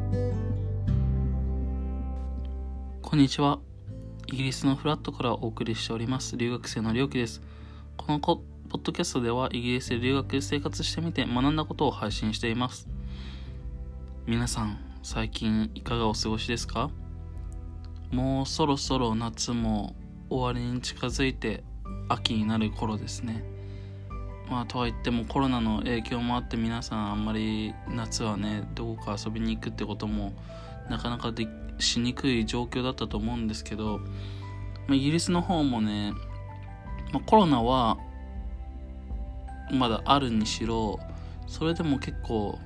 こんにちは。イギリスのフラットからお送りしております留学生のりょうきです。このポッドキャストではイギリスで留学生活してみて学んだことを配信しています。皆さん最近いかがお過ごしですか？もうそろそろ夏も終わりに近づいて秋になる頃ですね。とはいってもコロナの影響もあって皆さんあんまり夏はねどこか遊びに行くってこともなかなかしにくい状況だったと思うんですけど、イギリスの方もね、コロナはまだあるにしろそれでも結構、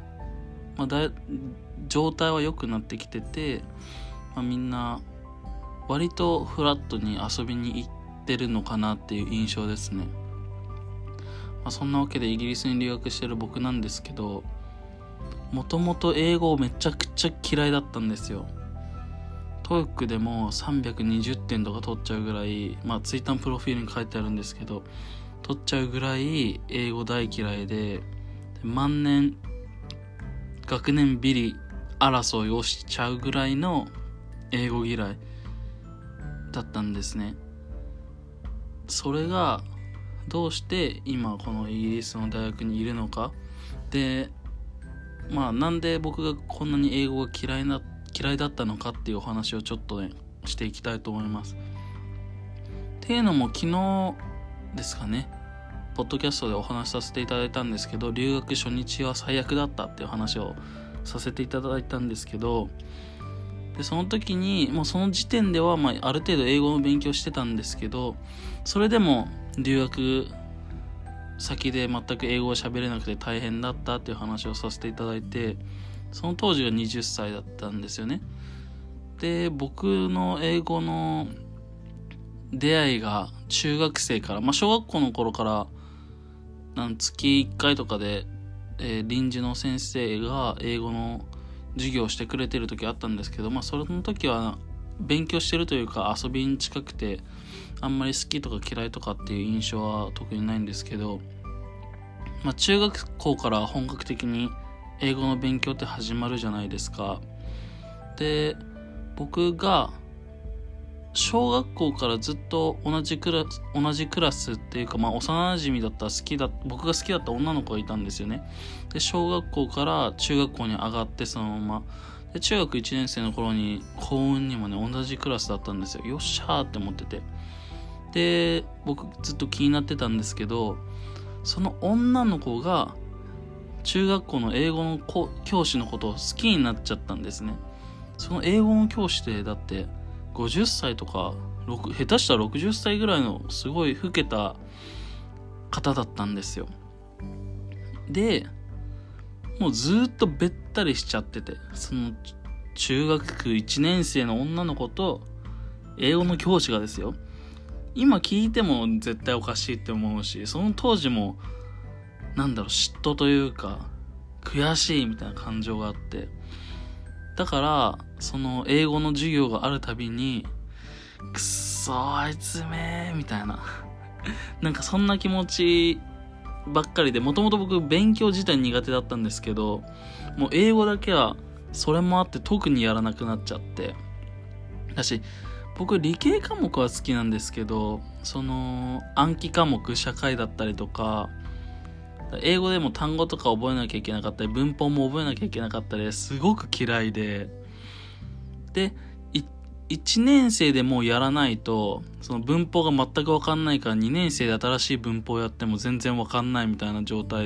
状態は良くなってきてて、みんな割とフラットに遊びに行ってるのかなっていう印象ですね。そんなわけでイギリスに留学してる僕なんですけど、もともと英語をめちゃくちゃ嫌いだったんですよ。TOEIC でも320点とか取っちゃうぐらい、ツイッターのプロフィールに書いてあるんですけど、取っちゃうぐらい英語大嫌いで、万年学年ビリ争いをしちゃうぐらいの英語嫌いだったんですね。それがどうして今このイギリスの大学にいるのかで、なんで僕がこんなに英語が嫌いだったのかっていうお話をちょっとねしていきたいと思います。っていうのも昨日ですかね、ポッドキャストでお話しさせていただいたんですけど、留学初日は最悪だったっていう話をさせていただいたんですけど、でその時にもうその時点ではある程度英語の勉強してたんですけど、それでも留学先で全く英語が喋れなくて大変だったっていう話をさせていただいて、その当時が20歳だったんですよね。で僕の英語の出会いが中学生から、小学校の頃から月1回とかで、臨時の先生が英語の授業をしてくれてる時あったんですけど、その時は勉強してるというか遊びに近くて、あんまり好きとか嫌いとかっていう印象は特にないんですけど、中学校から本格的に英語の勉強って始まるじゃないですか。で僕が小学校からずっと同じクラスっていうか、幼馴染だった僕が好きだった女の子がいたんですよね。で小学校から中学校に上がって、そのままで中学1年生の頃に幸運にもね同じクラスだったんですよ。よっしゃーって思ってて、で僕ずっと気になってたんですけど、その女の子が中学校の英語の教師のことを好きになっちゃったんですね。その英語の教師ってだって50歳とか下手したら60歳ぐらいのすごい老けた方だったんですよ。でもうずっとべったりしちゃってて、その中学1年生の女の子と英語の教師がですよ、今聞いても絶対おかしいって思うし、その当時も嫉妬というか悔しいみたいな感情があって、だからその英語の授業があるたびにくっそあいつめーみたいなそんな気持ちばっかりで、もともと僕勉強自体苦手だったんですけど、もう英語だけはそれもあって特にやらなくなっちゃって、だし僕理系科目は好きなんですけど、その暗記科目社会だったりとか、英語でも単語とか覚えなきゃいけなかったり文法も覚えなきゃいけなかったりすごく嫌いで、1年生でもうやらないとその文法が全く分かんないから、2年生で新しい文法をやっても全然分かんないみたいな状態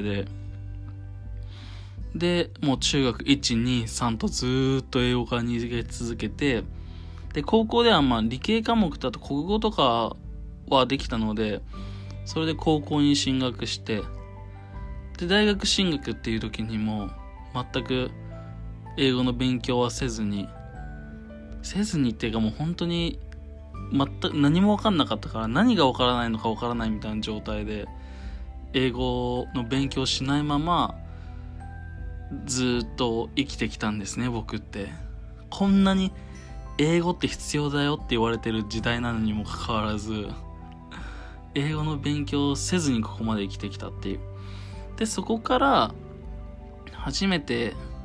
でもう中学 1,2,3 とずーっと英語から逃げ続けて、で高校では理系科目だと国語とかはできたので、それで高校に進学して、で大学進学っていう時にも全く英語の勉強はせずにっていうか、もう本当に全く何も分かんなかったから、何が分からないのか分からないみたいな状態で英語の勉強しないままずっと生きてきたんですね。僕ってこんなに英語って必要だよって言われてる時代なのにもかかわらず英語の勉強をせずにここまで生きてきたっていう。でそこから初めて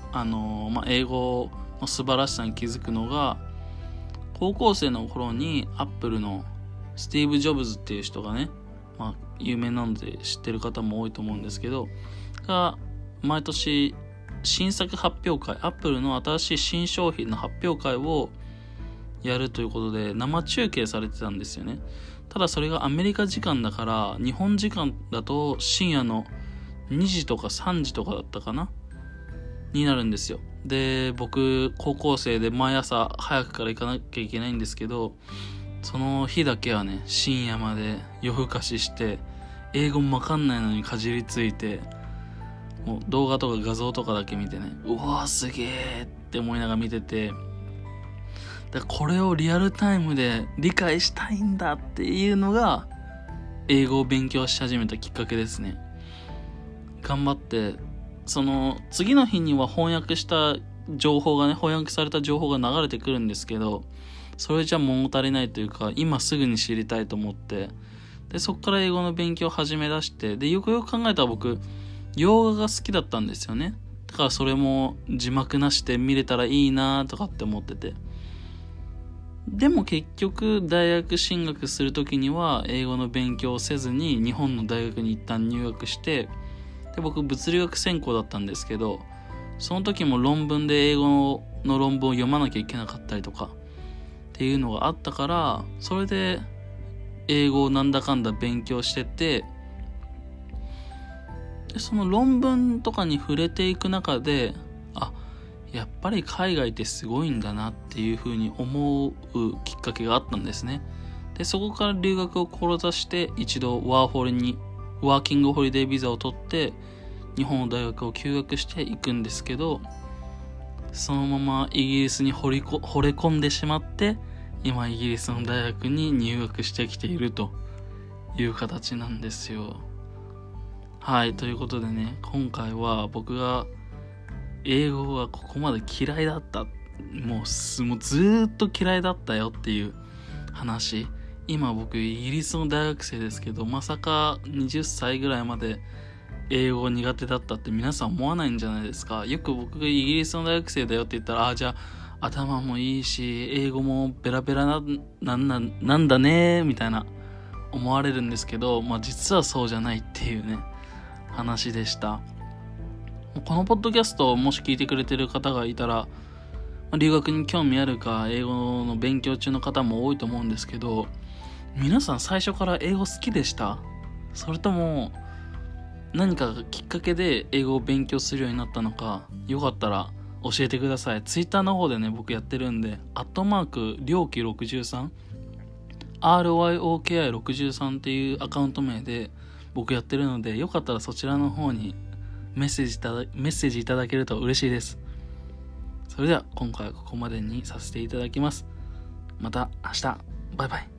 英語の素晴らしさに気づくのが、高校生の頃にアップルのスティーブ・ジョブズっていう人がね、有名なので知ってる方も多いと思うんですけど、が毎年新作発表会、アップルの新しい新商品の発表会をやるということで生中継されてたんですよね。ただそれがアメリカ時間だから、日本時間だと深夜の2時とか3時とかだったかなになるんですよ。で、僕高校生で毎朝早くから行かなきゃいけないんですけど、その日だけはね、深夜まで夜更かしして英語もわかんないのにかじりついて、もう動画とか画像とかだけ見てね、うわーすげーって思いながら見てて、だこれをリアルタイムで理解したいんだっていうのが英語を勉強し始めたきっかけですね。頑張って、その次の日には翻訳した情報がね、翻訳された情報が流れてくるんですけど、それじゃ物足りないというか、今すぐに知りたいと思って、でそっから英語の勉強を始め出して、でよくよく考えたら僕洋画が好きだったんですよね。だからそれも字幕なしで見れたらいいなとかって思ってて、でも結局大学進学するときには英語の勉強をせずに日本の大学に一旦入学して、で僕物理学専攻だったんですけど、その時も論文で英語の論文を読まなきゃいけなかったりとかっていうのがあったから、それで英語をなんだかんだ勉強してて、でその論文とかに触れていく中で、やっぱり海外ってすごいんだなっていう風に思うきっかけがあったんですね。でそこから留学を志して一度ワーキングホリデービザを取って日本の大学を休学していくんですけど、そのままイギリスに惚れ込んでしまって、今イギリスの大学に入学してきているという形なんですよ。はい、ということでね、今回は僕が英語がここまで嫌いだった、もうずーっと嫌いだったよっていう話。今僕イギリスの大学生ですけど、まさか20歳ぐらいまで英語苦手だったって皆さん思わないんじゃないですか。よく僕がイギリスの大学生だよって言ったら、じゃあ頭もいいし英語もベラベラなんだねみたいな思われるんですけど、実はそうじゃないっていうね話でした。このポッドキャストをもし聞いてくれてる方がいたら、留学に興味あるか英語の勉強中の方も多いと思うんですけど、皆さん最初から英語好きでした？それとも何かきっかけで英語を勉強するようになったのか、よかったら教えてください。ツイッターの方でね僕やってるんで、りょうき63 RYOKI63 っていうアカウント名で僕やってるので、よかったらそちらの方にメッセージいただけると嬉しいです。それでは今回はここまでにさせていただきます。また明日。バイバイ。